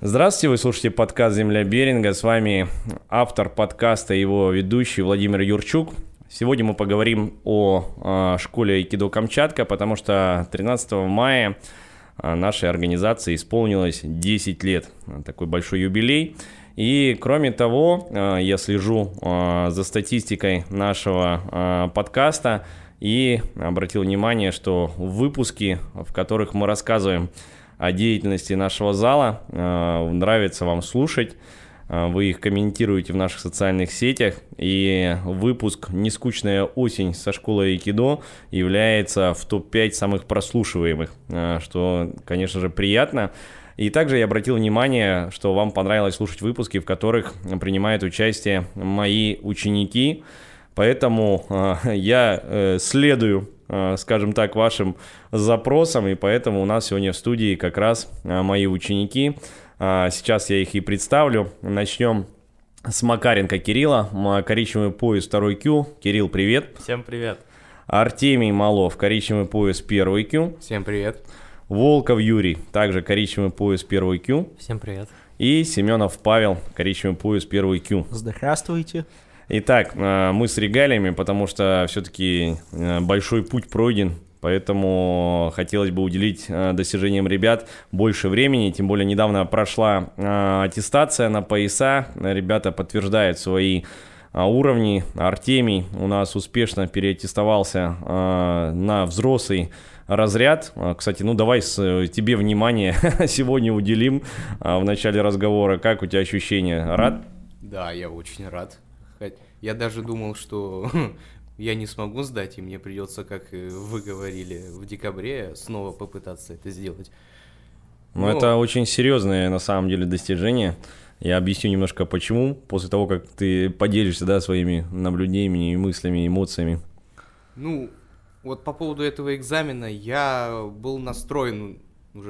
Здравствуйте, вы слушаете подкаст «Земля Беринга». С вами автор подкаста и его ведущий Владимир Юрчук. Сегодня мы поговорим о школе айкидо «Камчатка», потому что 13 мая нашей организации исполнилось 10 лет. Такой большой юбилей. И кроме того, я слежу за статистикой нашего подкаста и обратил внимание, что выпуски, в которых мы рассказываем о деятельности нашего зала, нравится вам слушать, вы их комментируете в наших социальных сетях, и выпуск «Нескучная осень» со школой айкидо является в топ-5 самых прослушиваемых, что, конечно же, приятно. И также я обратил внимание, что вам понравилось слушать выпуски, в которых принимают участие мои ученики, поэтому я следую, скажем так, вашим запросам, и поэтому у нас сегодня в студии как раз мои ученики. Сейчас я их и представлю. Начнем с Макаренко Кирилла, коричневый пояс 2Q. Кирилл, привет. Всем привет. Артемий Малов, коричневый пояс 1Q. Всем привет. Волков Юрий, также коричневый пояс 1Q. Всем привет. И Семенов Павел, коричневый пояс 1Q. Здравствуйте. Итак, мы с регалиями, потому что все-таки большой путь пройден, поэтому хотелось бы уделить достижениям ребят больше времени, тем более недавно прошла аттестация на пояса, ребята подтверждают свои уровни. Артемий у нас успешно переаттестовался на взрослый разряд. Кстати, давай тебе внимание сегодня уделим в начале разговора. Как у тебя ощущения? Рад? Да, я очень рад. Я даже думал, что я не смогу сдать, и мне придется, как вы говорили, в декабре снова попытаться это сделать. Это очень серьезное на самом деле достижение. Я объясню немножко почему, после того, как ты поделишься, своими наблюдениями, мыслями, эмоциями. Вот по поводу этого экзамена я был настроен уже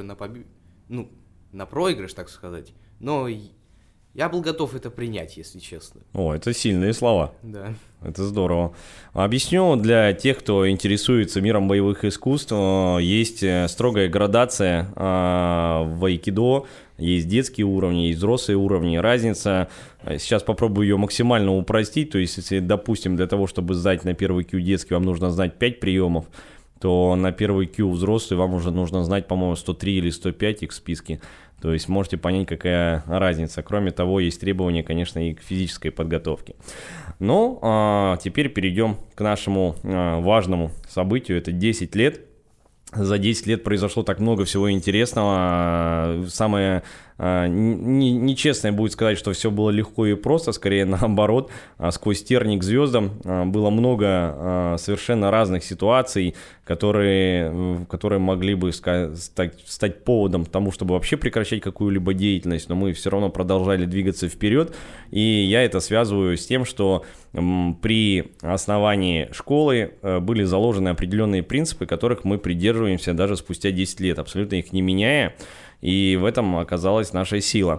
на проигрыш, так сказать, но я был готов это принять, если честно. Это сильные слова. Да. Это здорово. Объясню для тех, кто интересуется миром боевых искусств. Есть строгая градация в айкидо. Есть детские уровни, есть взрослые уровни. Разница, сейчас попробую ее максимально упростить. То есть, если, допустим, для того, чтобы сдать на 1Q детский, вам нужно знать 5 приемов, то на 1Q взрослый вам уже нужно знать, по-моему, 103 или 105 их в списке. То есть можете понять, какая разница. Кроме того, есть требования, конечно, и к физической подготовке. Теперь перейдем к нашему важному событию. Это 10 лет. За 10 лет произошло так много всего интересного. Самое нечестное будет сказать, что все было легко и просто, скорее наоборот. Сквозь терник к звездам было много совершенно разных ситуаций, которые могли бы стать поводом к тому, чтобы вообще прекращать какую-либо деятельность, но мы все равно продолжали двигаться вперед. И я это связываю с тем, что при основании школы были заложены определенные принципы, которых мы придерживаемся даже спустя 10 лет, абсолютно их не меняя. И в этом оказалась наша сила.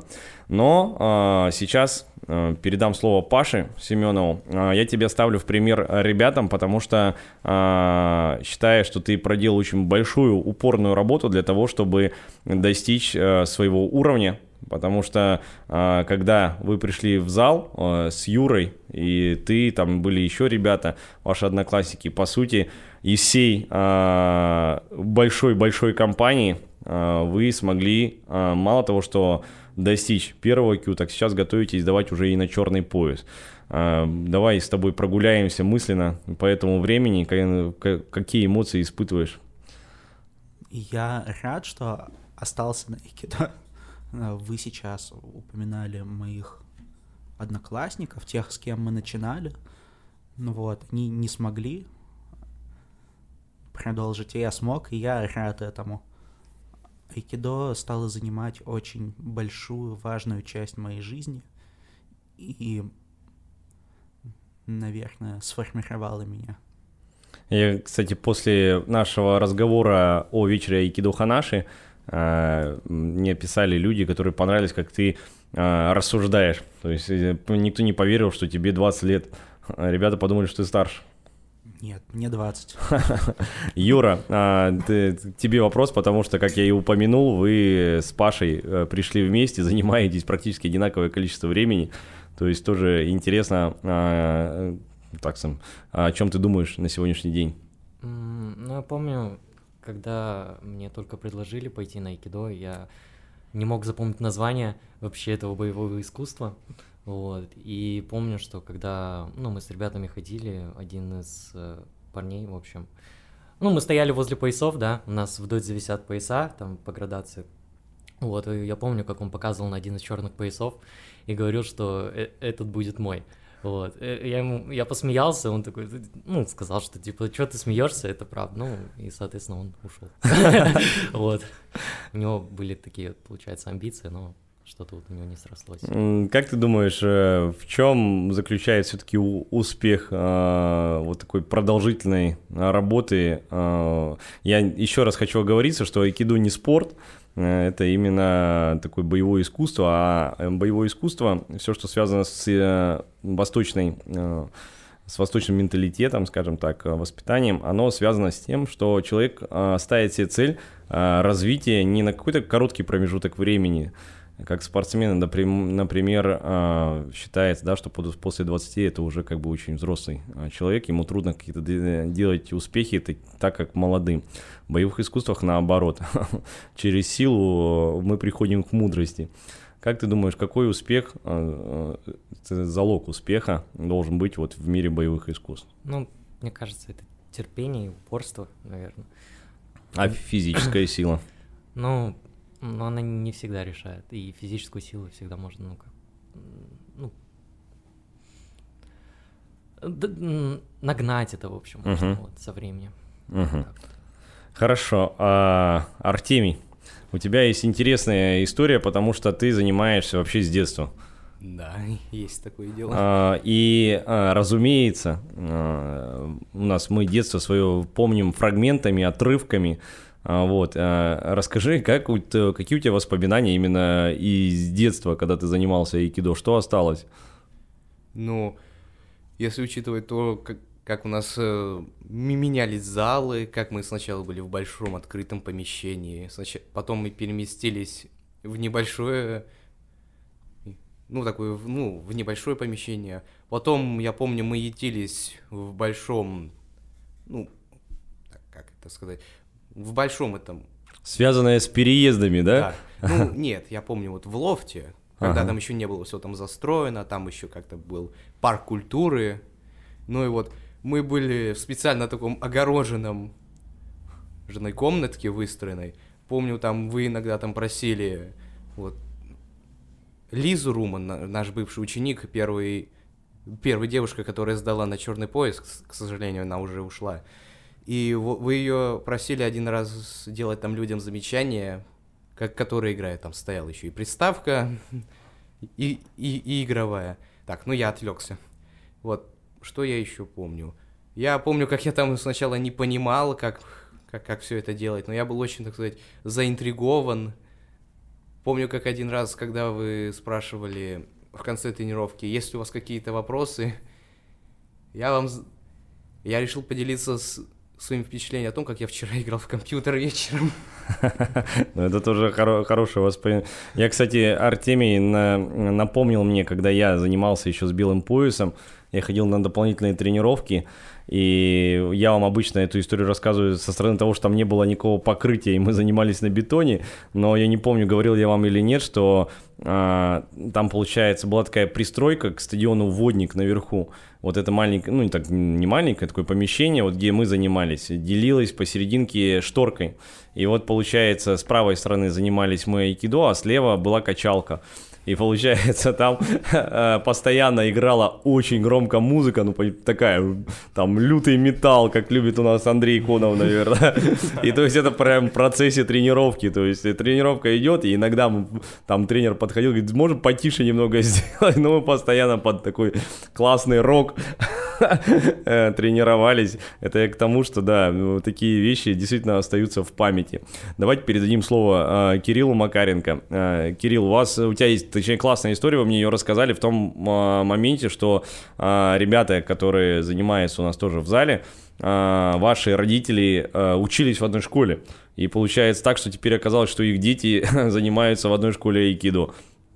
Но сейчас передам слово Паше Семенову. Я тебя ставлю в пример ребятам, потому что считаю, что ты проделал очень большую упорную работу для того, чтобы достичь своего уровня. Потому что когда вы пришли в зал с Юрой, и ты, там были еще ребята, ваши одноклассники, по сути, из всей большой-большой компании вы смогли мало того, что достичь 1Q, так сейчас готовитесь сдавать уже и на черный пояс. Давай с тобой прогуляемся мысленно по этому времени. Какие эмоции испытываешь? Я рад, что остался на айкидо. Вы сейчас упоминали моих одноклассников, тех, с кем мы начинали. Они не смогли продолжить, и я смог, и я рад этому. Айкидо стало занимать очень большую, важную часть моей жизни и, наверное, сформировало меня. Я, кстати, после нашего разговора о вечере айкидо Ханаши мне писали люди, которые понравились, как ты рассуждаешь. То есть никто не поверил, что тебе 20 лет. Ребята подумали, что ты старше. Нет, мне 20. Юра, тебе вопрос, потому что, как я и упомянул, вы с Пашей пришли вместе, занимаетесь практически одинаковое количество времени. То есть тоже интересно, о чем ты думаешь на сегодняшний день? Ну, я помню, когда мне только предложили пойти на айкидо, я не мог запомнить название вообще этого боевого искусства. Вот. И помню, что когда мы с ребятами ходили, один из парней, в общем, мы стояли возле поясов, да, у нас в додзе висят пояса, там, по градации. Вот, и я помню, как он показывал на один из черных поясов и говорил, что этот будет мой. Вот. Я посмеялся, он такой, сказал, что, типа, что ты смеешься, это правда. И, соответственно, он ушел. Вот. У него были такие, получается, амбиции, но что-то вот у него не срослось. Как ты думаешь, в чем заключается все-таки успех вот такой продолжительной работы? Я еще раз хочу оговориться, что айкидо не спорт, это именно такое боевое искусство, а боевое искусство, все, что связано с восточным менталитетом, скажем так, воспитанием, оно связано с тем, что человек ставит себе цель развития не на какой-то короткий промежуток времени, как спортсмены, например, считается, да, что после 20 это уже как бы очень взрослый человек, ему трудно какие-то делать успехи, так как молодым. В боевых искусствах наоборот, через силу мы приходим к мудрости. Как ты думаешь, какой успех, залог успеха должен быть вот в мире боевых искусств? Мне кажется, это терпение и упорство, наверное. А физическая сила? Но она не всегда решает, и физическую силу всегда можно, нагнать это, в общем, можно, вот, со временем. Хорошо. Артемий, у тебя есть интересная история, потому что ты занимаешься вообще с детства. Да, есть такое дело. Разумеется, у нас мы детство свое помним фрагментами, отрывками. Вот, расскажи, какие у тебя воспоминания именно из детства, когда ты занимался айкидо, что осталось? Если учитывать то, как у нас менялись залы, как мы сначала были в большом открытом помещении, потом мы переместились в небольшое, в небольшое помещение, потом, я помню, мы ютились в большом, как это сказать, в большом этом... Связанное с переездами, да? Да. Нет, я помню, вот в лофте, когда там еще не было все там застроено, там еще как-то был парк культуры. И вот мы были в специально таком огороженном жилой комнатке выстроенной. Помню, там вы иногда там просили вот Лизу Руман, наш бывший ученик, первая девушка, которая сдала на черный пояс, к сожалению, она уже ушла. И вы ее просили один раз делать там людям замечания, которые играют. Там стояла еще и приставка, и игровая. Так, я отвлекся. Вот, что я еще помню? Я помню, как я там сначала не понимал, как все это делать, но я был очень, так сказать, заинтригован. Помню, как один раз, когда вы спрашивали в конце тренировки, есть ли у вас какие-то вопросы, я решил поделиться своим впечатлением о том, как я вчера играл в компьютер вечером. Это тоже хорошее воспоминание. Я, кстати, Артемий напомнил мне, когда я занимался еще с белым поясом, я ходил на дополнительные тренировки, и я вам обычно эту историю рассказываю со стороны того, что там не было никакого покрытия, и мы занимались на бетоне, но я не помню, говорил я вам или нет, что там, получается, была такая пристройка к стадиону «Водник» наверху. Вот это маленькое, не маленькое, такое помещение, вот где мы занимались, делилось посерединке шторкой. И вот, получается, с правой стороны занимались мы айкидо, а слева была качалка. И получается, там постоянно играла очень громко музыка, такая, там, лютый металл, как любит у нас Андрей Конов, наверное. И то есть это прям в процессе тренировки, то есть тренировка идет, и иногда там тренер подходил, говорит, можем потише немного сделать, но мы постоянно под такой классный рок тренировались. Это я к тому, что, да, такие вещи действительно остаются в памяти. Давайте передадим слово Кириллу Макаренко. Кирилл, у тебя есть, точнее, классная история, вы мне ее рассказали в том моменте, что ребята, которые занимаются у нас тоже в зале, ваши родители учились в одной школе. И получается так, что теперь оказалось, что их дети занимаются в одной школе айкидо.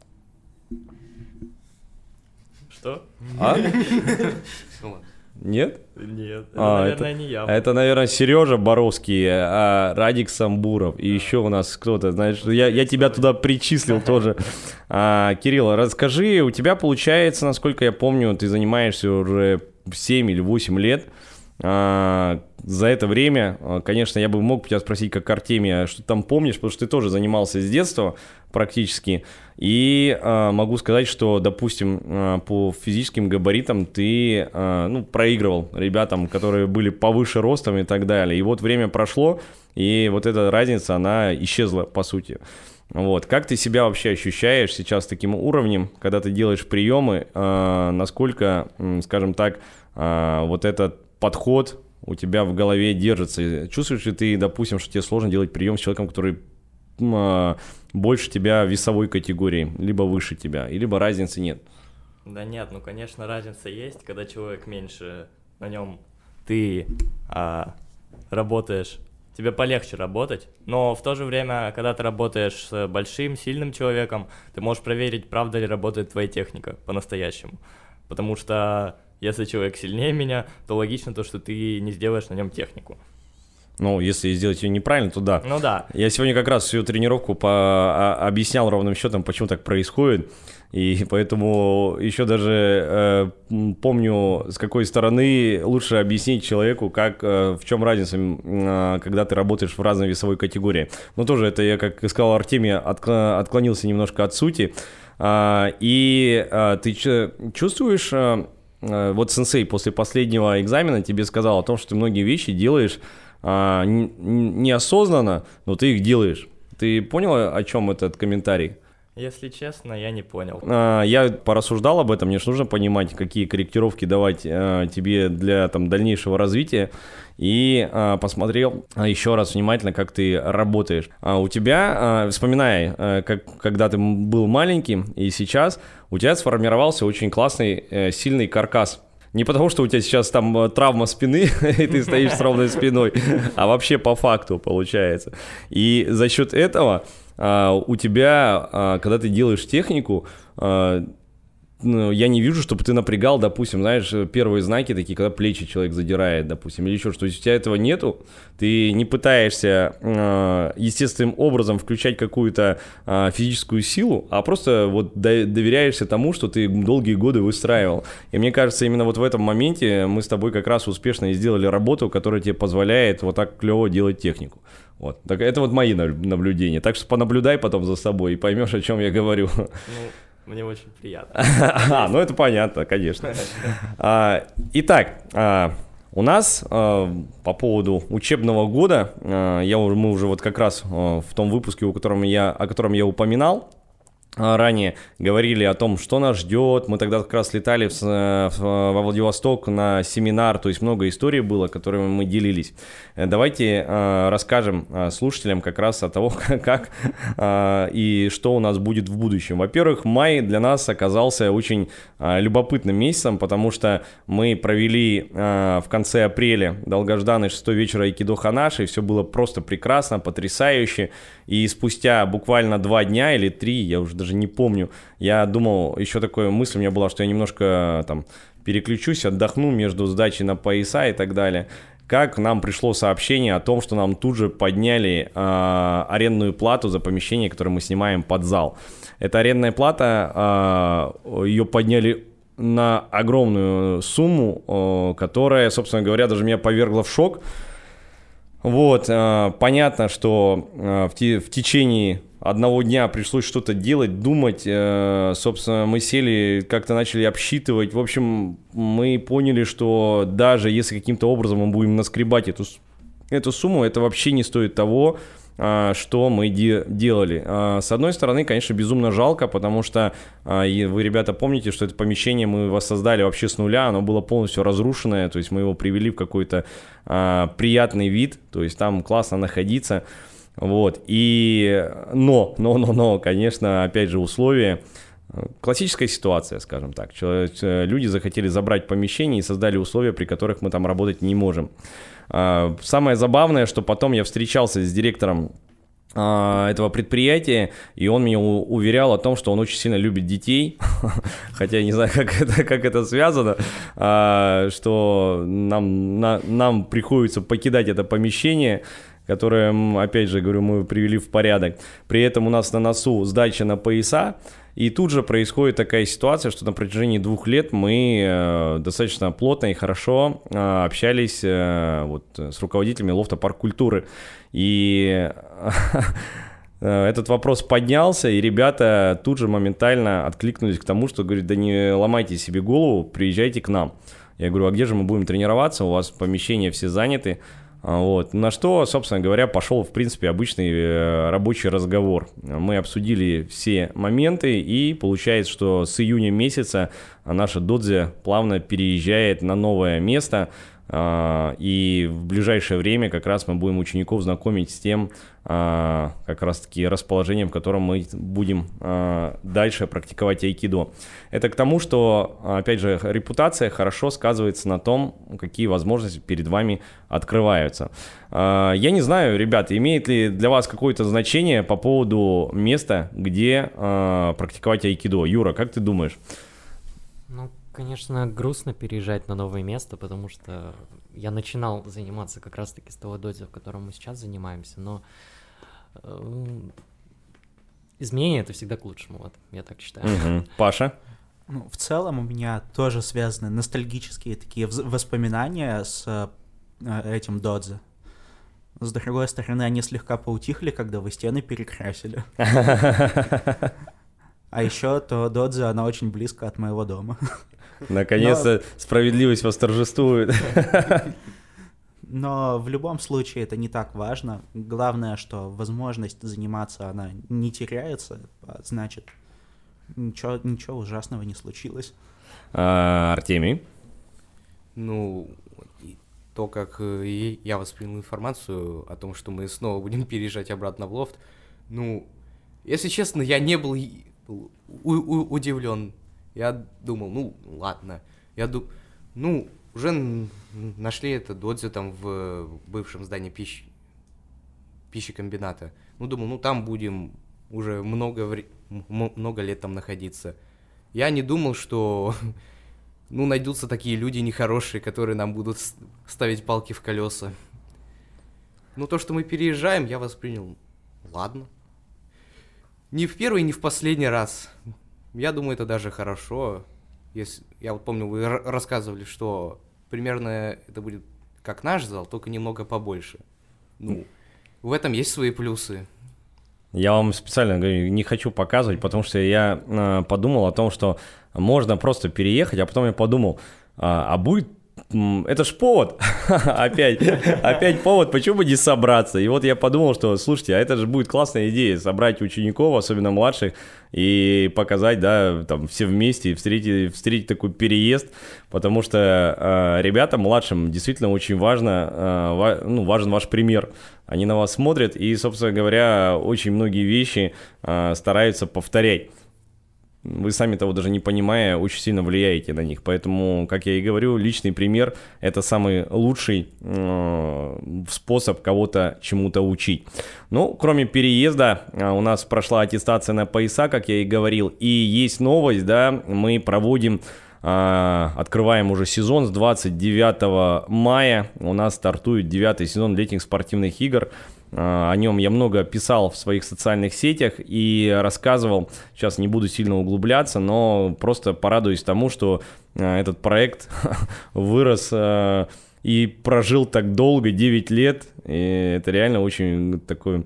Что? А? Нет? Нет, это, наверное, не я. Это, наверное, Сережа Боровский, Радик Самбуров. И еще у нас кто-то, знаешь, я тебя туда причислил тоже. Кирилл, расскажи, у тебя получается, насколько я помню, ты занимаешься уже 7 или 8 лет. За это время, конечно, я бы мог тебя спросить, как Артемий, что ты там помнишь, потому что ты тоже занимался с детства практически. И могу сказать, что, допустим, по физическим габаритам ты проигрывал ребятам, которые были повыше ростом и так далее. И вот время прошло, и вот эта разница, она исчезла, по сути. Вот. Как ты себя вообще ощущаешь сейчас таким уровнем, когда ты делаешь приемы, насколько, скажем так, вот этот подход у тебя в голове держится? Чувствуешь ли ты, допустим, что тебе сложно делать прием с человеком, который больше тебя в весовой категории, либо выше тебя, либо разницы нет? Да нет, ну, конечно, разница есть, когда человек меньше, на нем ты работаешь, тебе полегче работать, но в то же время, когда ты работаешь с большим, сильным человеком, ты можешь проверить, правда ли работает твоя техника по-настоящему, потому что если человек сильнее меня, то логично то, что ты не сделаешь на нем технику. Ну, если сделать ее неправильно, то да. Ну да. Я сегодня как раз всю тренировку объяснял ровным счетом, почему так происходит. И поэтому еще даже помню, с какой стороны лучше объяснить человеку, в чем разница, когда ты работаешь в разной весовой категории. Но тоже это я, как сказал Артемий, отклонился немножко от сути. И ты чувствуешь... Вот сенсей после последнего экзамена тебе сказал о том, что ты многие вещи делаешь неосознанно, но ты их делаешь. Ты понял, о чем этот комментарий? Если честно, я не понял. Я порассуждал об этом, мне же нужно понимать, какие корректировки давать тебе для дальнейшего развития. И посмотрел еще раз внимательно, как ты работаешь. У тебя, вспоминая, когда ты был маленьким и сейчас, у тебя сформировался очень классный, сильный каркас. Не потому, что у тебя сейчас там травма спины, и ты стоишь с ровной спиной, а вообще по факту получается. И за счет этого у тебя, когда ты делаешь технику, я не вижу, чтобы ты напрягал, допустим, знаешь, первые знаки такие, когда плечи человек задирает, допустим, или еще что-то. То есть у тебя этого нету, ты не пытаешься естественным образом включать какую-то физическую силу, а просто вот доверяешься тому, что ты долгие годы выстраивал. И мне кажется, именно вот в этом моменте мы с тобой как раз успешно и сделали работу, которая тебе позволяет вот так клево делать технику. Вот. Так, это вот мои наблюдения. Так что понаблюдай потом за собой и поймешь, о чем я говорю. Мне очень приятно. Ну это понятно, конечно. Итак, у нас по поводу учебного года, мы уже вот как раз в том выпуске, о котором я упоминал ранее, говорили о том, что нас ждет. Мы тогда как раз летали во Владивосток на семинар, то есть много историй было, которыми мы делились. Давайте расскажем слушателям как раз о том, как и что у нас будет в будущем. Во-первых, май для нас оказался очень любопытным месяцем, потому что мы провели в конце апреля долгожданный 6-й вечер айкидо Ханаши, и все было просто прекрасно, потрясающе. И спустя буквально 2 дня или 3, я уже даже не помню, я думал, еще такая мысль у меня была, что я немножко переключусь, отдохну между сдачей на пояса и так далее. Как нам пришло сообщение о том, что нам тут же подняли арендную плату за помещение, которое мы снимаем под зал. Эта арендная плата, ее подняли на огромную сумму, которая, собственно говоря, даже меня повергла в шок. Вот, понятно, что в течение одного дня пришлось что-то делать, думать, собственно, мы сели, как-то начали обсчитывать, в общем, мы поняли, что даже если каким-то образом мы будем наскребать эту сумму, это вообще не стоит того, что мы делали. С одной стороны, конечно, безумно жалко, потому что вы, ребята, помните, что это помещение мы воссоздали вообще с нуля, оно было полностью разрушенное, то есть мы его привели в какой-то приятный вид, то есть там классно находиться. Вот, но, конечно, опять же, условия, классическая ситуация, скажем так, люди захотели забрать помещение и создали условия, при которых мы там работать не можем. Самое забавное, что потом я встречался с директором этого предприятия, и он меня уверял о том, что он очень сильно любит детей, хотя я не знаю, как это связано, что нам приходится покидать это помещение, которое, опять же, говорю, мы привели в порядок. При этом у нас на носу сдача на пояса, и тут же происходит такая ситуация, что на протяжении 2 лет мы достаточно плотно и хорошо общались с руководителями лофта «Парк культуры». И этот вопрос поднялся, и ребята тут же моментально откликнулись к тому, что говорят: да не ломайте себе голову, приезжайте к нам. Я говорю: а где же мы будем тренироваться, у вас помещения все заняты. Вот. На что, собственно говоря, пошел, в принципе, обычный рабочий разговор. Мы обсудили все моменты, и получается, что с июня месяца наша додзе плавно переезжает на новое место, и в ближайшее время как раз мы будем учеников знакомить с тем, как раз-таки расположением, в котором мы будем дальше практиковать айкидо. Это к тому, что, опять же, репутация хорошо сказывается на том, какие возможности перед вами открываются. Я не знаю, ребята, имеет ли для вас какое-то значение по поводу места, где практиковать айкидо? Юра, как ты думаешь? Ну, конечно, грустно переезжать на новое место, потому что я начинал заниматься как раз-таки с того додзе, в котором мы сейчас занимаемся, но изменения — это всегда к лучшему, вот, я так считаю. Паша? Ну, в целом у меня тоже связаны ностальгические такие воспоминания с этим додзе. С другой стороны, они слегка поутихли, когда вы стены перекрасили. А еще то додзе, она очень близко от моего дома. Наконец-то справедливость восторжествует. Но в любом случае это не так важно. Главное, что возможность заниматься, она не теряется, а значит, ничего ужасного не случилось. Артемий? Ну, то, как я воспринял информацию о том, что мы снова будем переезжать обратно в лофт, ну, если честно, я не был удивлен. Я думал, ну, ладно. Уже нашли это додзе там в бывшем здании пищекомбината. Ну, думал, там будем уже много лет там находиться. Я не думал, что найдутся такие люди нехорошие, которые нам будут ставить палки в колеса. Ну, то, что мы переезжаем, я воспринял, ладно. Не в первый, не в последний раз. Я думаю, это даже хорошо. Я вот помню, вы рассказывали, что примерно это будет как наш зал, только немного побольше. Ну, в этом есть свои плюсы. Я вам специально говорю, не хочу показывать, потому что я подумал о том, что можно просто переехать, а потом я подумал, а будет... Это ж повод, опять повод, почему бы не собраться? И вот я подумал, что, слушайте, а это же будет классная идея, собрать учеников, особенно младших, и показать, да, там, все вместе, встретить такой переезд, потому что ребятам младшим действительно очень важен ваш пример. Они на вас смотрят и, собственно говоря, очень многие вещи стараются повторять. Вы сами того даже не понимая, очень сильно влияете на них. Поэтому, как я и говорю, личный пример – это самый лучший способ кого-то чему-то учить. Ну, кроме переезда, у нас прошла аттестация на пояса, как я и говорил. И есть новость, да, мы открываем уже сезон с 29 мая. У нас стартует 9-й сезон летних спортивных игр. О нем я много писал в своих социальных сетях и рассказывал. Сейчас не буду сильно углубляться, но просто порадуюсь тому, что этот проект вырос и прожил так долго, 9 лет. И это реально очень такой...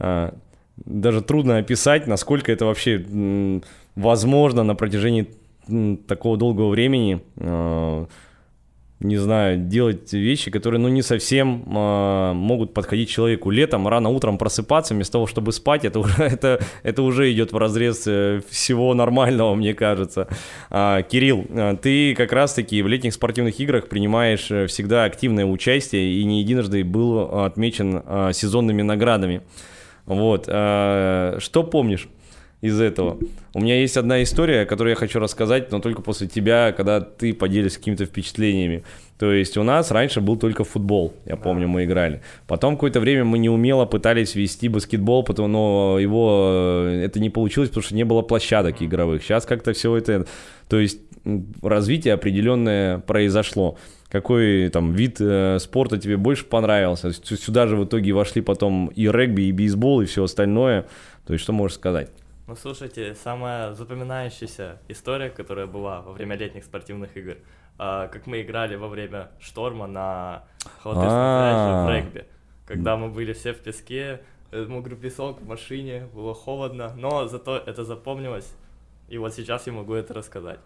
Даже трудно описать, насколько это вообще возможно на протяжении такого долгого времени не знаю, делать вещи, которые, ну, не совсем могут подходить человеку. Летом рано утром просыпаться вместо того, чтобы спать, это уже идет вразрез всего нормального, мне кажется. Кирилл, ты как раз-таки в летних спортивных играх принимаешь всегда активное участие и не единожды был отмечен сезонными наградами. Вот. Что помнишь из этого? У меня есть одна история, которую я хочу рассказать, но только после тебя, когда ты поделишься какими-то впечатлениями. То есть у нас раньше был только футбол, я помню, мы играли. Потом какое-то время мы неумело пытались вести баскетбол, но это не получилось, потому что не было площадок игровых. Сейчас как-то все это... То есть развитие определенное произошло. Какой там вид спорта тебе больше понравился? Сюда же в итоге вошли потом и регби, и бейсбол, и все остальное. То есть что можешь сказать? Ну, слушайте, самая запоминающаяся история, которая была во время летних спортивных игр, как мы играли во время шторма на холодильном пляже в регби. Когда мы были все в песке, мокрый песок в машине, было холодно, но зато это запомнилось, и вот сейчас я могу это рассказать.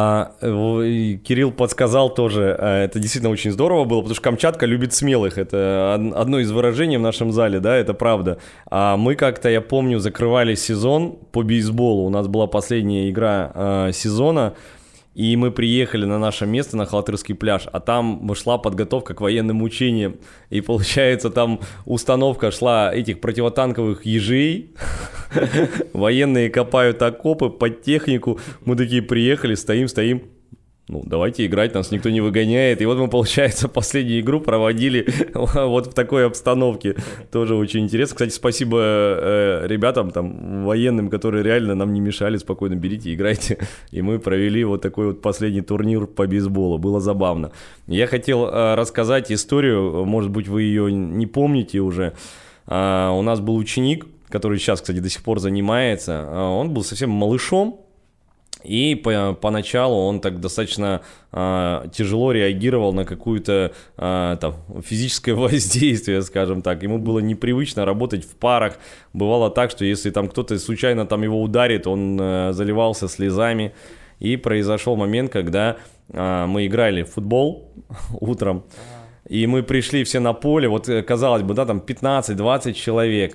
Кирилл подсказал тоже, это действительно очень здорово было, потому что Камчатка любит смелых, это одно из выражений в нашем зале, да, это правда. Мы как-то, я помню, закрывали сезон по бейсболу, у нас была последняя игра сезона, и мы приехали на наше место, на Халатырский пляж, а там шла подготовка к военным учениям, и получается там установка шла этих противотанковых ежей, военные копают окопы под технику, мы такие приехали, стоим, ну давайте играть, нас никто не выгоняет, и вот мы, получается, последнюю игру проводили вот в такой обстановке, тоже очень интересно. Кстати, спасибо ребятам там военным, которые реально нам не мешали, спокойно берите, играйте, и мы провели вот такой вот последний турнир по бейсболу, было забавно. Я хотел рассказать историю, может быть, вы ее не помните уже. У нас был ученик, который сейчас, кстати, до сих пор занимается, он был совсем малышом, и поначалу он так достаточно тяжело реагировал на какое-то физическое воздействие, скажем так. Ему было непривычно работать в парах. Бывало так, что если там кто-то случайно там его ударит, он заливался слезами. И произошел момент, когда мы играли в футбол утром, и мы пришли все на поле, вот казалось бы, да, там 15-20 человек.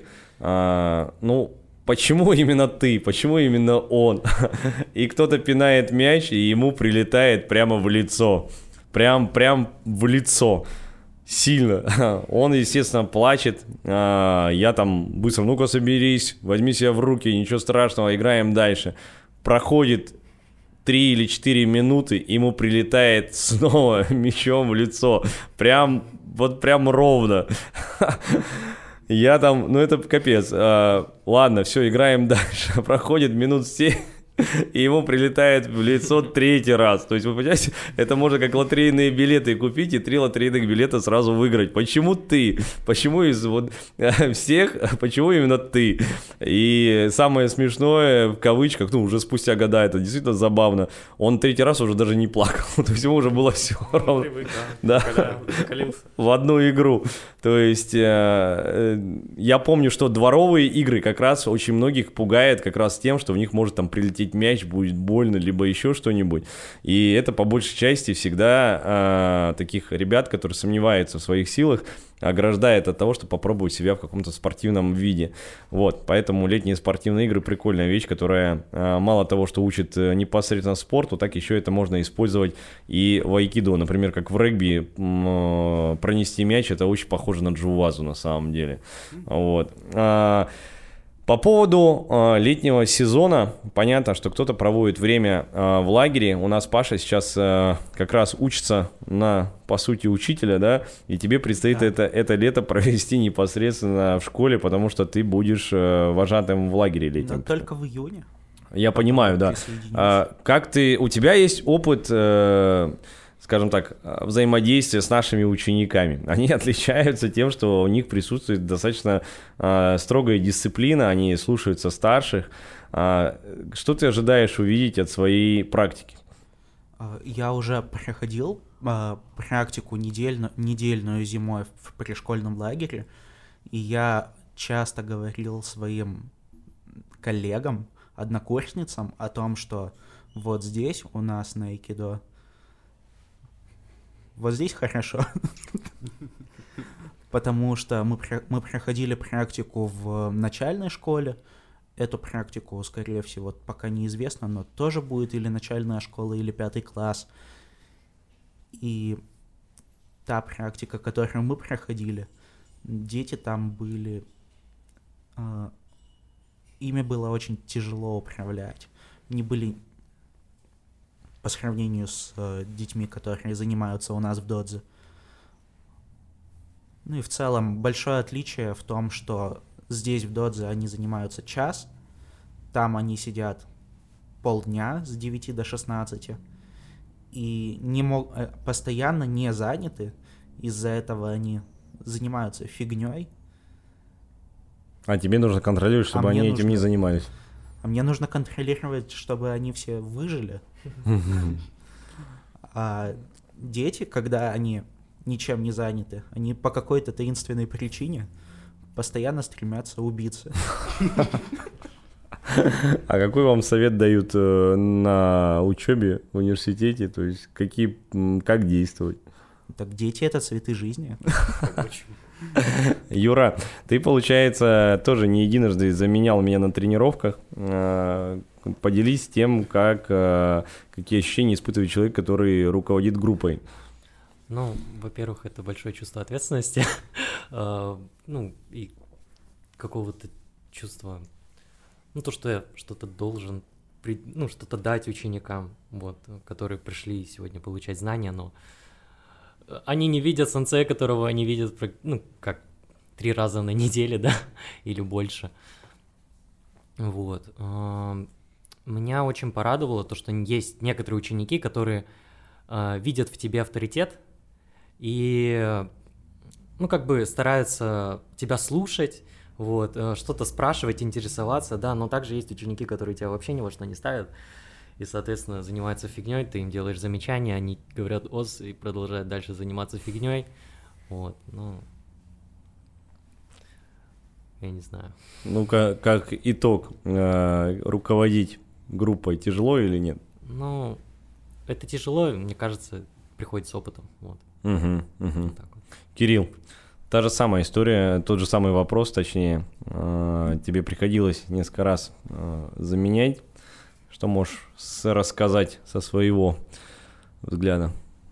Почему именно ты? Почему именно он? И кто-то пинает мяч, и ему прилетает прямо в лицо. Прям в лицо. Сильно. Он, естественно, плачет. Я там быстро, ну-ка соберись, возьми себя в руки, ничего страшного, играем дальше. Проходит 3 или 4 минуты, ему прилетает снова мячом в лицо. Прям ровно. Я там, ну это капец. Ладно, все, играем дальше. Проходит минут 7, и ему прилетает в лицо 3-й раз. То есть, вы понимаете, это можно как лотерейные билеты купить и 3 лотерейных билета сразу выиграть. Почему ты? Почему из всех, почему именно ты? И самое смешное, в кавычках, уже спустя года, это действительно забавно, он 3-й раз уже даже не плакал. То есть, ему уже было все равно. Да. В одну игру. То есть, я помню, что дворовые игры как раз очень многих пугает как раз тем, что в них может там прилететь мяч, будет больно, либо еще что-нибудь. И это по большей части всегда таких ребят, которые сомневаются в своих силах, ограждает от того, чтобы попробовать себя в каком-то спортивном виде. Вот, поэтому летние спортивные игры — прикольная вещь, которая мало того, что учит непосредственно спорту, так еще это можно использовать и в айкидо. Например, как в регби пронести мяч — это очень похоже на джиу-вазу на самом деле. Вот. По поводу летнего сезона, понятно, что кто-то проводит время в лагере. У нас Паша сейчас как раз учится на, по сути, учителя, да, и тебе предстоит это лето провести непосредственно в школе, потому что ты будешь вожатым в лагере летнем. Но только в июне. Я понимаю, да. У тебя есть опыт, скажем так, взаимодействия с нашими учениками? Они отличаются тем, что у них присутствует достаточно строгая дисциплина, они слушаются старших. Что ты ожидаешь увидеть от своей практики? Я уже проходил практику недельную зимой в пришкольном лагере, и я часто говорил своим коллегам, однокурсницам о том, что вот здесь у нас на айкидо вот здесь хорошо. Потому что мы проходили практику в начальной школе. Эту практику, скорее всего, пока неизвестно, но тоже будет или начальная школа, или 5 класс. И та практика, которую мы проходили, дети там были... ими было очень тяжело управлять. Они были по сравнению с детьми, которые занимаются у нас в додзе. Ну и в целом большое отличие в том, что здесь в додзе они занимаются час, там они сидят полдня с 9 до 16 и постоянно не заняты, из-за этого они занимаются фигней. А тебе нужно контролировать, чтобы они этим не занимались. А мне нужно контролировать, чтобы они все выжили. А дети, когда они ничем не заняты, они по какой-то таинственной причине постоянно стремятся убиться. А какой вам совет дают на учебе в университете? То есть как действовать? Так дети — это цветы жизни. Юра, ты, получается, тоже не единожды заменял меня на тренировках. Поделись тем, какие ощущения испытывает человек, который руководит группой. Ну, во-первых, это большое чувство ответственности, ну, и какого-то чувства, ну, то, что я что-то должен, ну, что-то дать ученикам, вот, которые пришли сегодня получать знания, но они не видят сенсея, которого они видят, ну, как 3 раза на неделю, да, или больше. Вот. Меня очень порадовало то, что есть некоторые ученики, которые видят в тебе авторитет и, ну, как бы стараются тебя слушать, вот, что-то спрашивать, интересоваться, да, но также есть ученики, которые тебя вообще ни во что не ставят, и, соответственно, занимаются фигней, ты им делаешь замечания, они говорят «ос» и продолжают дальше заниматься фигней, вот, ну, я не знаю. Ну, как итог, руководить группой тяжело или нет? Ну, это тяжело, мне кажется, приходит с опытом, вот. Вот так вот. Кирилл, та же самая история, тот же самый вопрос, точнее, тебе приходилось несколько раз заменять. Что можешь рассказать со своего взгляда?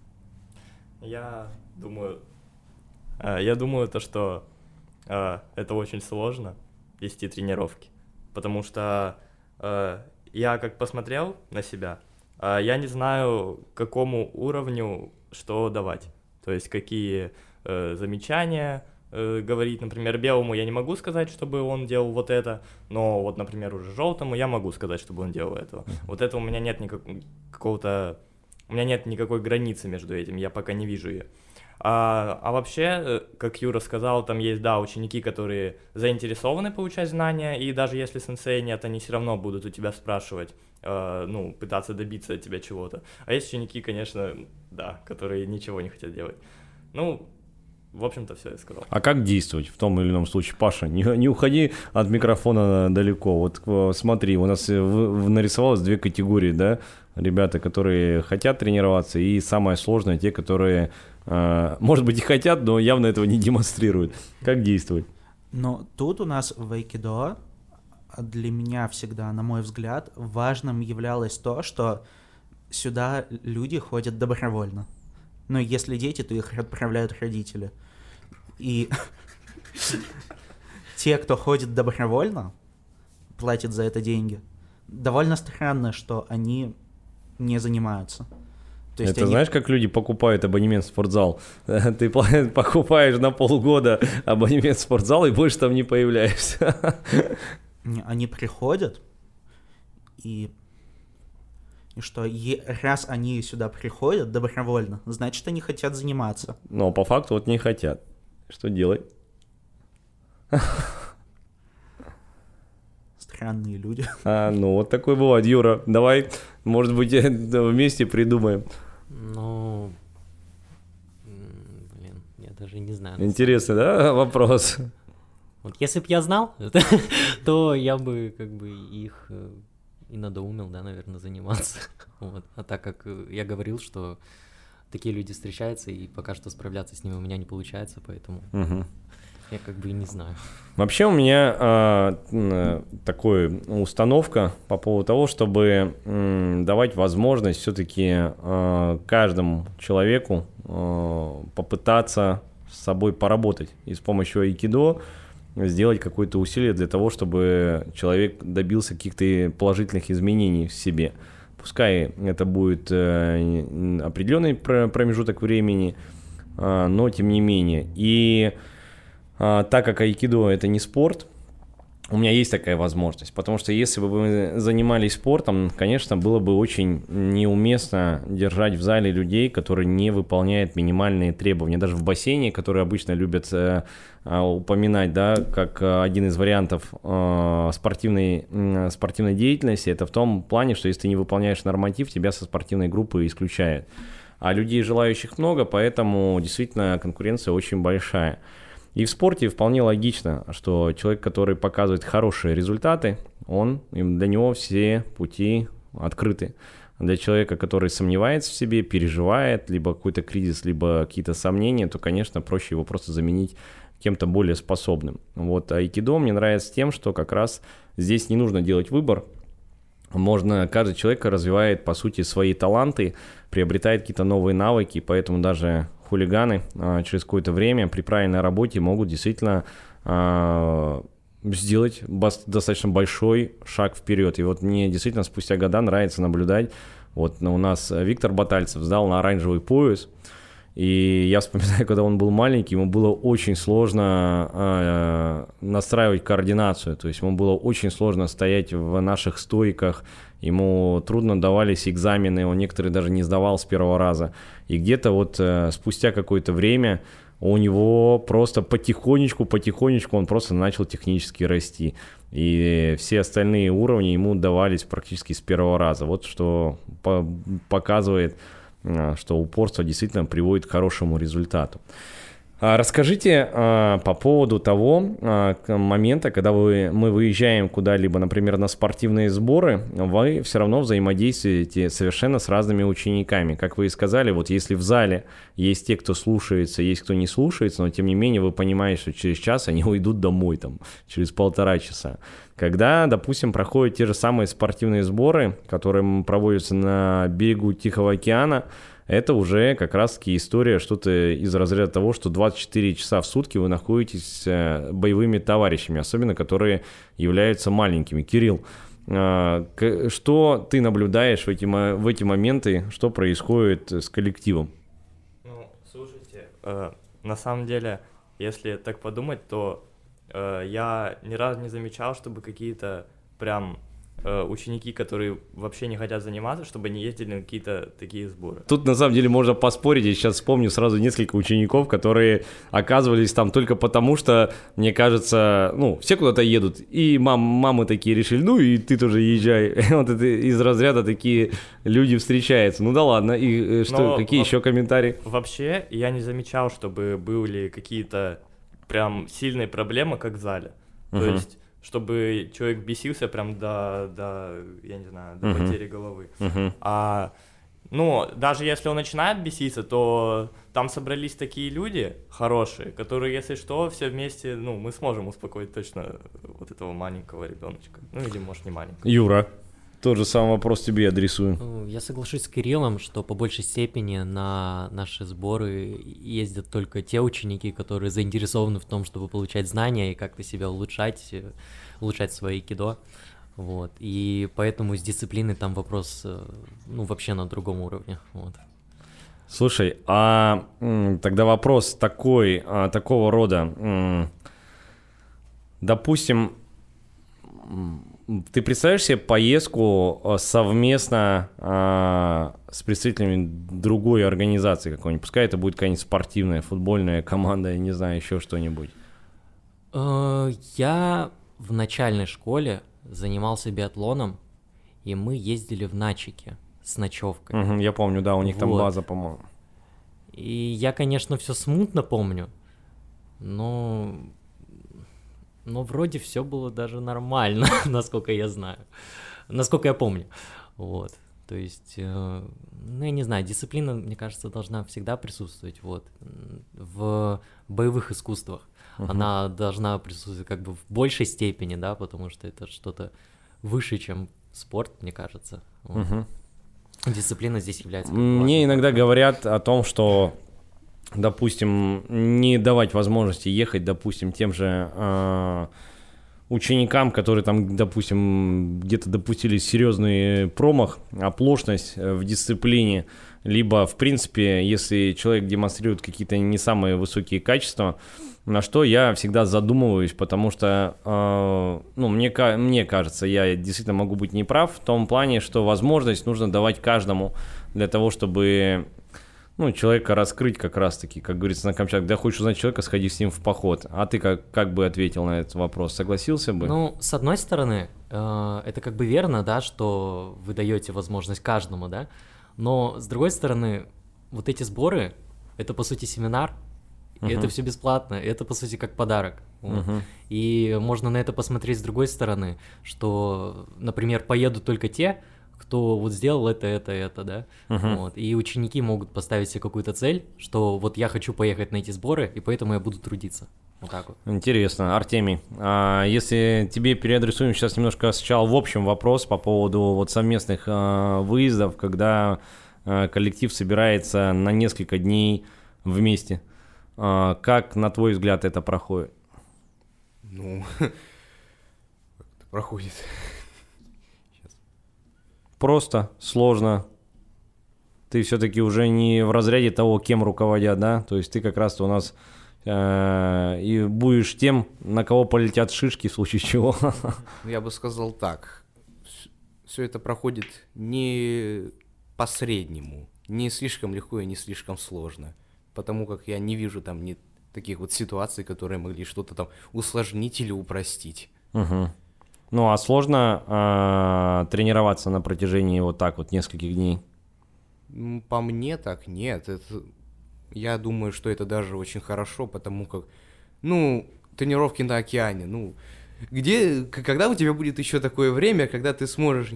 Я думаю, то, что это очень сложно вести тренировки, потому что я как посмотрел на себя, я не знаю, какому уровню что давать, то есть какие замечания говорить, например, белому я не могу сказать, чтобы он делал вот это, но вот, например, уже желтому я могу сказать, чтобы он делал этого. Вот это у меня нет у меня нет никакой границы между этим, я пока не вижу ее. А вообще, как Юра сказал, там есть, да, ученики, которые заинтересованы получать знания, и даже если сенсея нет, они все равно будут у тебя спрашивать, ну, пытаться добиться от тебя чего-то. А есть ученики, конечно, да, которые ничего не хотят делать. Ну, в общем-то, все я сказал. А как действовать в том или ином случае? Паша, не уходи от микрофона далеко. Вот смотри, у нас нарисовалось 2 категории, да? Ребята, которые хотят тренироваться, и самое сложное, те, которые, может быть, и хотят, но явно этого не демонстрируют. Как действовать? Но тут у нас в айкидо для меня всегда, на мой взгляд, важным являлось то, что сюда люди ходят добровольно. Но если дети, то их отправляют родители. И те, кто ходит добровольно, платят за это деньги. Довольно странно, что они не занимаются. То есть это знаешь, как люди покупают абонемент в спортзал? Ты покупаешь на полгода абонемент в спортзал и больше там не появляешься. Они приходят, и что раз они сюда приходят добровольно, значит, они хотят заниматься. Но по факту вот не хотят. Что делать? Странные люди. Ну вот такой бывает. Юра, давай, может быть, вместе придумаем. Ну, блин, я даже не знаю. Интересный, да, вопрос? Вот если бы я знал, то я бы как бы их и надоумил, да, наверное, заниматься. Вот. А так как я говорил, что такие люди встречаются, и пока что справляться с ними у меня не получается, поэтому я как бы и не знаю. Вообще у меня такая установка по поводу того, чтобы давать возможность все-таки каждому человеку попытаться с собой поработать и с помощью айкидо сделать какое-то усилие для того, чтобы человек добился каких-то положительных изменений в себе. Пускай это будет определенный промежуток времени, но тем не менее. И так как айкидо это не спорт, у меня есть такая возможность, потому что если бы мы занимались спортом, конечно, было бы очень неуместно держать в зале людей, которые не выполняют минимальные требования. Даже в бассейне, которые обычно любят упоминать, да, как один из вариантов спортивной деятельности, это в том плане, что если ты не выполняешь норматив, тебя со спортивной группы исключают. А людей желающих много, поэтому действительно конкуренция очень большая. И в спорте вполне логично, что человек, который показывает хорошие результаты, для него все пути открыты. Для человека, который сомневается в себе, переживает, либо какой-то кризис, либо какие-то сомнения, то, конечно, проще его просто заменить кем-то более способным. Вот айкидо мне нравится тем, что как раз здесь не нужно делать выбор. Каждый человек развивает, по сути, свои таланты, приобретает какие-то новые навыки, поэтому даже хулиганы через какое-то время при правильной работе могут действительно сделать достаточно большой шаг вперед. И вот мне действительно спустя года нравится наблюдать. Вот у нас Виктор Батальцев сдал на оранжевый пояс, и я вспоминаю, когда он был маленький, ему было очень сложно настраивать координацию, то есть ему было очень сложно стоять в наших стойках, ему трудно давались экзамены, он некоторые даже не сдавал с первого раза. И где-то вот спустя какое-то время у него просто потихонечку он просто начал технически расти. И все остальные уровни ему давались практически с первого раза. Вот что показывает, что упорство действительно приводит к хорошему результату. Расскажите по поводу того момента, когда мы выезжаем куда-либо, например, на спортивные сборы, вы все равно взаимодействуете совершенно с разными учениками. Как вы и сказали, вот если в зале есть те, кто слушается, есть кто не слушается, но тем не менее вы понимаете, что через час они уйдут домой, через 1,5 часа. Когда, допустим, проходят те же самые спортивные сборы, которые проводятся на берегу Тихого океана, это уже как раз-таки история что-то из разряда того, что 24 часа в сутки вы находитесь с боевыми товарищами, особенно которые являются маленькими. Кирилл, что ты наблюдаешь в эти моменты, что происходит с коллективом? Ну, слушайте, на самом деле, если так подумать, то я ни разу не замечал, чтобы какие-то прям ученики, которые вообще не хотят заниматься, чтобы они ездили на какие-то такие сборы. Тут на самом деле можно поспорить, я сейчас вспомню сразу несколько учеников, которые оказывались там только потому, что, мне кажется, все куда-то едут, и мамы такие решили, и ты тоже езжай. Вот это из разряда такие люди встречаются. Ну да ладно, и что, какие еще комментарии? Вообще, я не замечал, чтобы были какие-то прям сильные проблемы, как в зале. То есть чтобы человек бесился прям до я не знаю, до потери головы. Даже если он начинает беситься, то там собрались такие люди хорошие, которые, если что, все вместе, мы сможем успокоить точно вот этого маленького ребеночка. Или, может, не маленького. Юра, тот же самый вопрос тебе адресую. Я соглашусь с Кириллом, что по большей степени на наши сборы ездят только те ученики, которые заинтересованы в том, чтобы получать знания и как-то себя улучшать свои айкидо. Вот. И поэтому с дисциплиной там вопрос вообще на другом уровне. Вот. Слушай, тогда вопрос такого рода. Допустим, ты представляешь себе поездку совместно с представителями другой организации какой-нибудь? Пускай это будет какая-нибудь спортивная, футбольная команда, я не знаю, еще что-нибудь. Я в начальной школе занимался биатлоном, и мы ездили в Начики с ночевкой. Я помню, да, у них там база, по-моему. И я, конечно, все смутно помню, но вроде все было даже нормально, насколько я знаю, насколько я помню. Вот. То есть, ну, я не знаю, дисциплина, мне кажется, должна всегда присутствовать, вот, в боевых искусствах. Она должна присутствовать как бы в большей степени, да, потому что это что-то выше, чем спорт, мне кажется. Вот. Дисциплина здесь является... Мне иногда говорят о том, что, допустим, не давать возможности ехать, допустим, тем же ученикам, которые там, допустим, где-то допустили серьезный промах, оплошность в дисциплине, либо, в принципе, если человек демонстрирует какие-то не самые высокие качества, на что я всегда задумываюсь, потому что, ну, мне кажется, я действительно могу быть неправ в том плане, что возможность нужно давать каждому для того, чтобы, ну, человека раскрыть как раз-таки, как говорится на Камчатке. Да, хочешь узнать человека, сходи с ним в поход. А ты как бы ответил на этот вопрос? Согласился бы? Ну, с одной стороны, это как бы верно, да, что вы даете возможность каждому, да, но с другой стороны, вот эти сборы, это по сути семинар, и это все бесплатно, и это по сути как подарок. Вот. И можно на это посмотреть с другой стороны, что, например, поедут только те, кто вот сделал это, да, вот, и ученики могут поставить себе какую-то цель, что вот я хочу поехать на эти сборы, и поэтому я буду трудиться, вот так вот. Интересно, Артемий, если тебе переадресуем сейчас немножко сначала в общем вопрос по поводу вот совместных выездов, когда коллектив собирается на несколько дней вместе, как, на твой взгляд, это проходит? Ну, как это проходит? Просто, сложно. Ты все-таки уже не в разряде того, кем руководят, да? То есть ты как раз-то у нас и будешь тем, на кого полетят шишки в случае чего. Я бы сказал так. Все это проходит не по-среднему, не слишком легко и не слишком сложно. Потому как я не вижу там таких вот ситуаций, которые могли что-то там усложнить или упростить. Ну, а сложно тренироваться на протяжении вот так вот нескольких дней? По мне так нет. Я думаю, что это даже очень хорошо, потому как, ну, тренировки на океане, ну, когда у тебя будет еще такое время, когда ты сможешь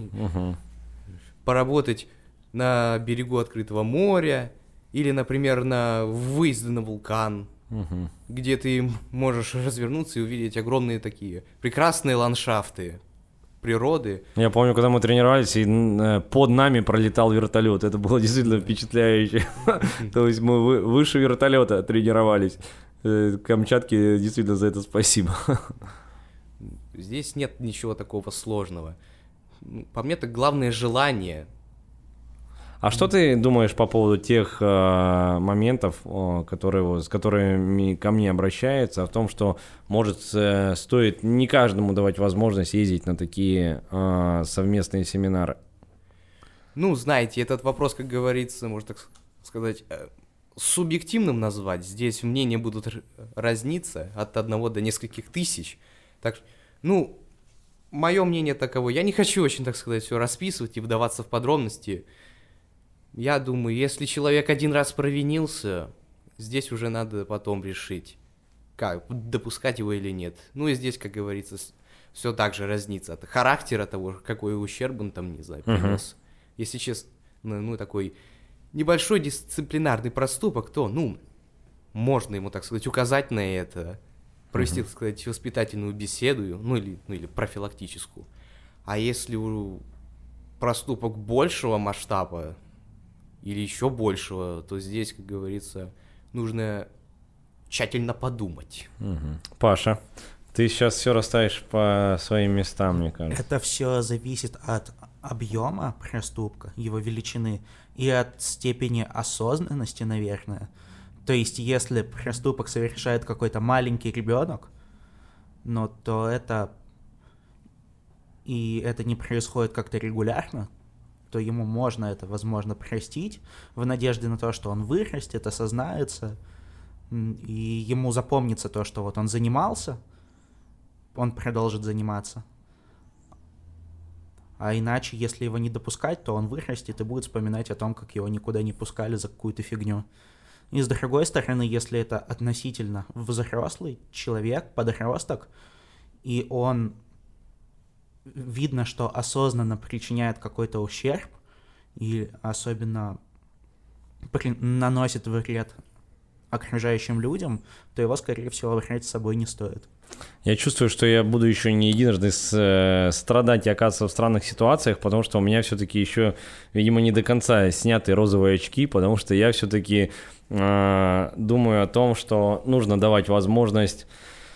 поработать на берегу открытого моря, или, например, на выезды на вулкан, где ты можешь развернуться и увидеть огромные такие прекрасные ландшафты природы. Я помню, когда мы тренировались, и под нами пролетал вертолет. Это было действительно впечатляюще. То есть мы выше вертолета тренировались. Камчатке действительно за это спасибо. Здесь нет ничего такого сложного. По мне, так главное желание. А что ты думаешь по поводу тех моментов, с которыми ко мне обращаются, о том, что, может, стоит не каждому давать возможность ездить на такие совместные семинары? Ну, знаете, этот вопрос, как говорится, можно так сказать, субъективным назвать. Здесь мнения будут разниться от 1 до нескольких тысяч. Так, ну, мое мнение таково. Я не хочу очень, так сказать, все расписывать и вдаваться в подробности. Я думаю, если человек один раз провинился, здесь уже надо потом решить, как, допускать его или нет. Ну и здесь, как говорится, все так же разнится от характера того, какой ущерб он там, не знаю, принес. Если честно, ну такой небольшой дисциплинарный проступок, то, ну, можно ему, так сказать, указать на это, провести, так сказать, воспитательную беседу, ну или профилактическую. А если проступок большего масштаба, или еще большего, то здесь, как говорится, нужно тщательно подумать. Паша, ты сейчас все расставишь по своим местам, мне кажется. Это все зависит от объема проступка, его величины, и от степени осознанности, наверное. То есть, если проступок совершает какой-то маленький ребенок, но то это не происходит как-то регулярно, то ему можно это, возможно, простить в надежде на то, что он вырастет, осознается, и ему запомнится то, что вот он занимался, он продолжит заниматься. А иначе, если его не допускать, то он вырастет и будет вспоминать о том, как его никуда не пускали за какую-то фигню. И с другой стороны, если это относительно взрослый человек, подросток, и он видно, что осознанно причиняет какой-то ущерб, и особенно наносит вред окружающим людям, то его, скорее всего, брать с собой не стоит. Я чувствую, что я буду еще не единожды страдать и оказываться в странных ситуациях, потому что у меня все-таки еще, видимо, не до конца сняты розовые очки, потому что я все-таки думаю о том, что нужно давать возможность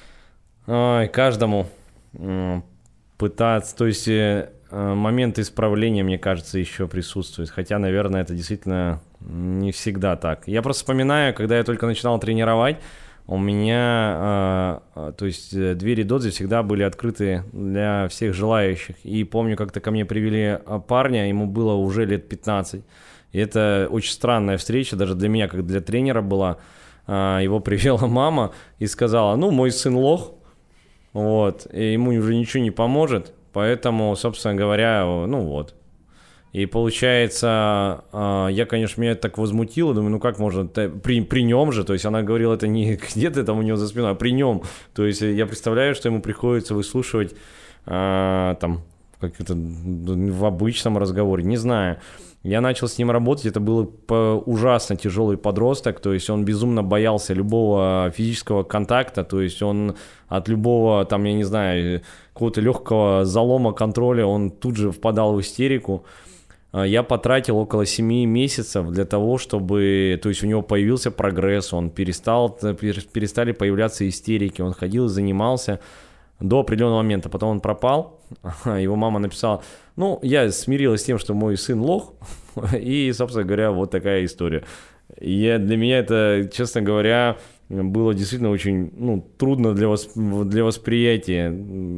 каждому пытаться, то есть момент исправления, мне кажется, еще присутствует, хотя, наверное, это действительно не всегда так. Я просто вспоминаю, когда я только начинал тренировать, у меня, то есть двери додзи всегда были открыты для всех желающих. И помню, как-то ко мне привели парня, ему было уже лет 15. И это очень странная встреча, даже для меня, как для тренера была. Его привела мама и сказала: ну, мой сын лох, вот, и ему уже ничего не поможет, поэтому, собственно говоря, ну вот. И получается, я, конечно, меня это так возмутило, думаю, ну как можно, при нем же, то есть она говорила это не где-то там у него за спиной, а при нем, то есть я представляю, что ему приходится выслушивать там как-то в обычном разговоре, не знаю. Я начал с ним работать, это был ужасно тяжелый подросток, то есть он безумно боялся любого физического контакта, то есть он от любого, там, я не знаю, какого-то легкого залома контроля, он тут же впадал в истерику. Я потратил около 7 месяцев для того, чтобы, то есть у него появился прогресс, он перестали появляться истерики, он ходил и занимался до определенного момента, потом он пропал, его мама написала: ну, я смирилась с тем, что мой сын лох, и, собственно говоря, вот такая история. И для меня это, честно говоря, было действительно очень трудно для восприятия.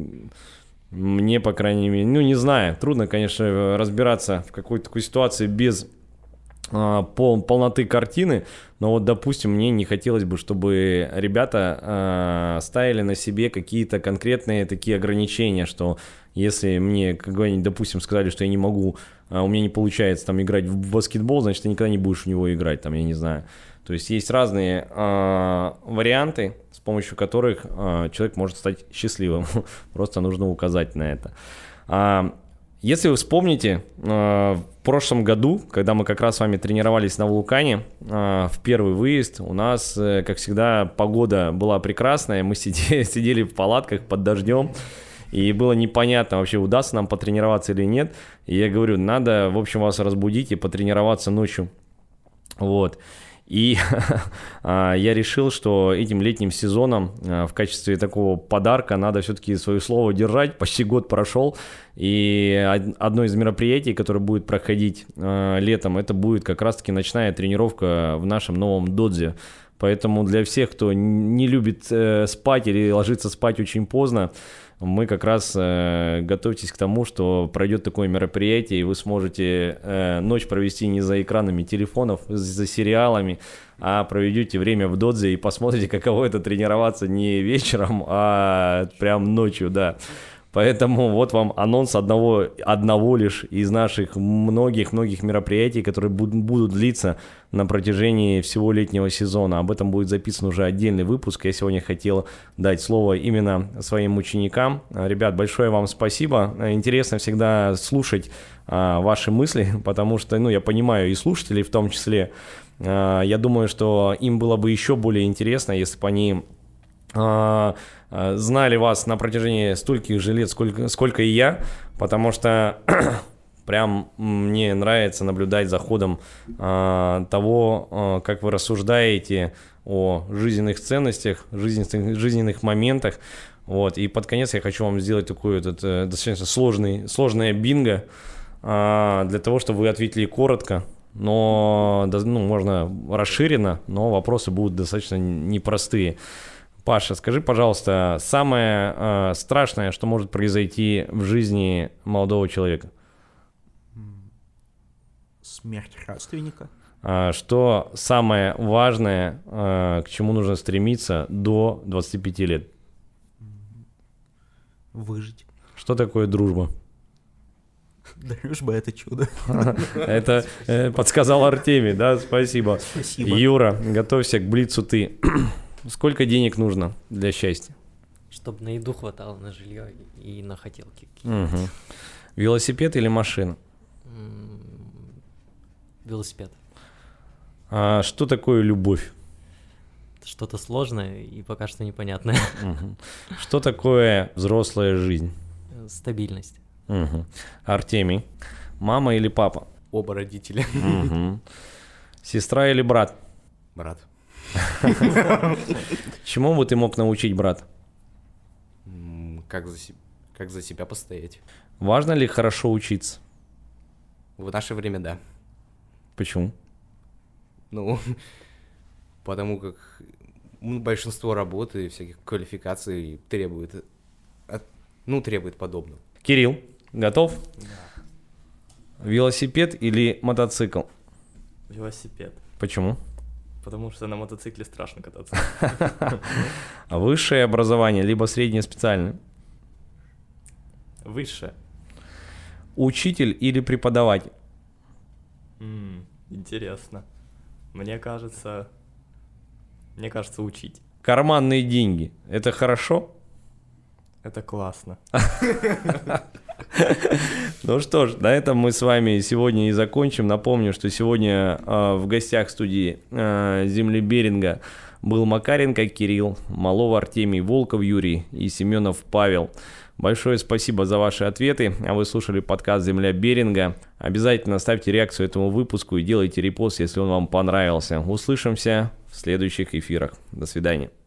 Мне, по крайней мере, не знаю, трудно, конечно, разбираться в какой-то такой ситуации без полноты картины, но вот, допустим, мне не хотелось бы, чтобы ребята ставили на себе какие-то конкретные такие ограничения, что если мне, допустим, сказали, что я не могу, у меня не получается там играть в баскетбол, значит, ты никогда не будешь в него играть, там, я не знаю. То есть есть разные варианты, с помощью которых человек может стать счастливым. Просто нужно указать на это. Если вы вспомните, в прошлом году, когда мы как раз с вами тренировались на вулкане, в первый выезд, у нас, как всегда, погода была прекрасная, мы сидели в палатках под дождем, и было непонятно, вообще удастся нам потренироваться или нет. И я говорю, надо, в общем, вас разбудить и потренироваться ночью. Вот. И я решил, что этим летним сезоном в качестве такого подарка надо все-таки свое слово держать. Почти год прошел, и одно из мероприятий, которое будет проходить летом, это будет как раз-таки ночная тренировка в нашем новом додзе. Поэтому для всех, кто не любит спать или ложится спать очень поздно, мы как раз готовьтесь к тому, что пройдет такое мероприятие, и вы сможете ночь провести не за экранами телефонов, за сериалами, а проведете время в додзе и посмотрите, каково это тренироваться не вечером, а прям ночью, да. Поэтому вот вам анонс одного лишь из наших многих-многих мероприятий, которые будут длиться на протяжении всего летнего сезона. Об этом будет записан уже отдельный выпуск. Я сегодня хотел дать слово именно своим ученикам. Ребят, большое вам спасибо. Интересно всегда слушать ваши мысли, потому что, я понимаю, и слушателей в том числе. Я думаю, что им было бы еще более интересно, если бы они знали вас на протяжении стольких же лет, сколько и я, потому что прям мне нравится наблюдать за ходом того, как вы рассуждаете о жизненных ценностях, жизненных моментах. Вот. И под конец я хочу вам сделать такой достаточно сложное бинго, для того, чтобы вы ответили коротко, но можно расширенно, но вопросы будут достаточно непростые. Паша, скажи, пожалуйста, самое страшное, что может произойти в жизни молодого человека? Смерть родственника. Что самое важное, к чему нужно стремиться до 25 лет? Выжить. Что такое дружба? Дружба — это чудо. Это подсказал Артемий, да? Спасибо. Спасибо. Юра, готовься к блицу ты. Сколько денег нужно для счастья? Чтобы на еду хватало, на жилье и на хотелки. Угу. Велосипед или машина? Велосипед. А что такое любовь? Это что-то сложное и пока что непонятное. Мгм. Что такое взрослая жизнь? Стабильность. Мгм. Артемий, мама или папа? Оба родителя. Мгм. Сестра или брат? Брат. Чему бы ты мог научить брата? Как за себя постоять. Важно ли хорошо учиться? В наше время, да. Почему? Ну, потому как большинство работы и всяких квалификаций требует подобного. Кирилл, готов? Велосипед или мотоцикл? Велосипед. Почему? Потому что на мотоцикле страшно кататься. Высшее образование, либо среднее специальное? Выше. Учитель или преподаватель? Интересно. Мне кажется, учить. Карманные деньги – это хорошо? Это классно. Ну что ж, на этом мы с вами сегодня и закончим. Напомню, что сегодня в гостях студии «Земли Беринга» был Макаренко Кирилл, Малов Артемий, Волков Юрий и Семенов Павел. Большое спасибо за ваши ответы. А вы слушали подкаст «Земля Беринга». Обязательно ставьте реакцию этому выпуску и делайте репост, если он вам понравился. Услышимся в следующих эфирах. До свидания.